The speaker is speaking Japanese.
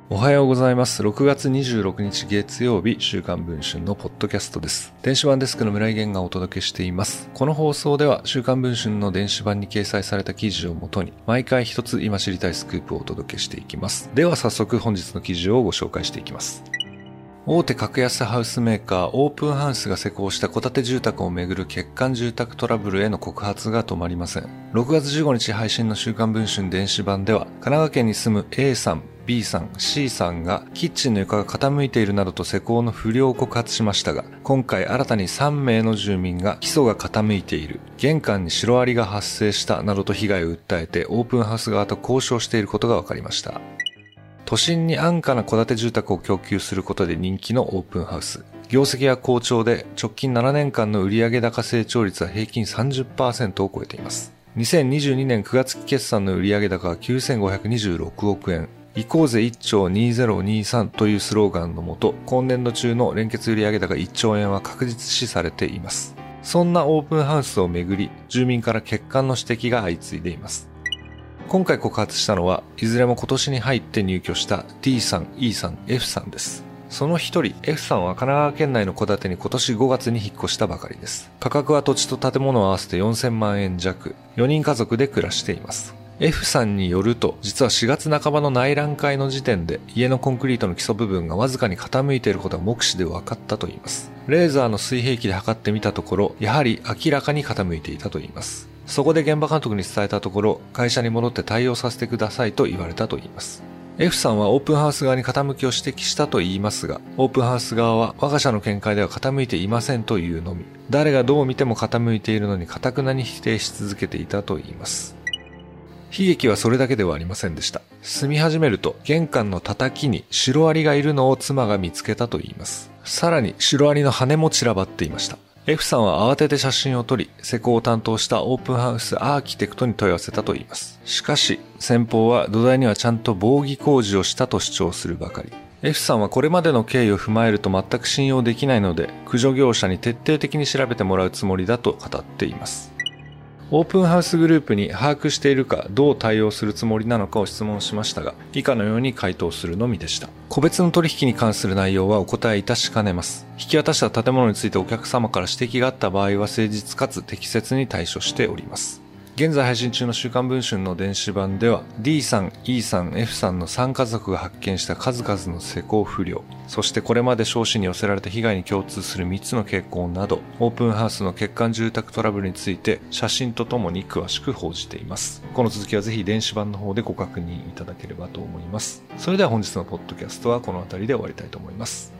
おはようございます。6月26日月曜日、週刊文春のポッドキャストです。電子版デスクの村井源がお届けしています。この放送では、週刊文春の電子版に掲載された記事をもとに、毎回一つ今知りたいスクープをお届けしていきます。では早速本日の記事をご紹介していきます。大手格安ハウスメーカーオープンハウスが施工した戸建て住宅をめぐる欠陥住宅トラブルへの告発が止まりません。6月15日配信の週刊文春電子版では、神奈川県に住む A さん、B さん、C さんがキッチンの床が傾いているなどと施工の不良を告発しましたが、今回新たに3名の住民が基礎が傾いている、玄関にシロアリが発生したなどと被害を訴えてオープンハウス側と交渉していることが分かりました。都心に安価な戸建て住宅を供給することで人気のオープンハウス。業績は好調で、直近7年間の売上高成長率は平均 30% を超えています。2022年9月期決算の売上高は9526億円。行こうぜ1兆2023というスローガンのもと、今年度中の連結売上高1兆円は確実視されています。そんなオープンハウスをめぐり、住民から欠陥の指摘が相次いでいます。今回告発したのは、いずれも今年に入って入居した D さん、E さん、F さんです。その一人、F さんは神奈川県内の戸建てに今年5月に引っ越したばかりです。価格は土地と建物を合わせて4000万円弱、4人家族で暮らしています。F さんによると、実は4月半ばの内覧会の時点で、家のコンクリートの基礎部分がわずかに傾いていることが目視で分かったといいます。レーザーの水平器で測ってみたところ、やはり明らかに傾いていたといいます。そこで現場監督に伝えたところ、会社に戻って対応させてくださいと言われたといいます。F さんはオープンハウス側に傾きを指摘したと言いますが、オープンハウス側は我が社の見解では傾いていませんというのみ、誰がどう見ても傾いているのに頑なに否定し続けていたといいます。悲劇はそれだけではありませんでした。住み始めると玄関の叩きにシロアリがいるのを妻が見つけたといいます。さらにシロアリの羽も散らばっていました。F さんは慌てて写真を撮り、施工を担当したオープンハウスアーキテクトに問い合わせたといいます。しかし、先方は土台にはちゃんと防偽工事をしたと主張するばかり。F さんはこれまでの経緯を踏まえると全く信用できないので、駆除業者に徹底的に調べてもらうつもりだと語っています。オープンハウスグループに把握しているかどう対応するつもりなのかを質問しましたが、以下のように回答するのみでした。個別の取引に関する内容はお答えいたしかねます。引き渡した建物についてお客様から指摘があった場合は誠実かつ適切に対処しております。現在配信中の週刊文春の電子版では D さん、E さん、F さんの3家族が発見した数々の施工不良、そしてこれまで商紙に寄せられた被害に共通する3つの傾向など、オープンハウスの欠陥住宅トラブルについて写真とともに詳しく報じています。この続きはぜひ電子版の方でご確認いただければと思います。それでは本日のポッドキャストはこの辺りで終わりたいと思います。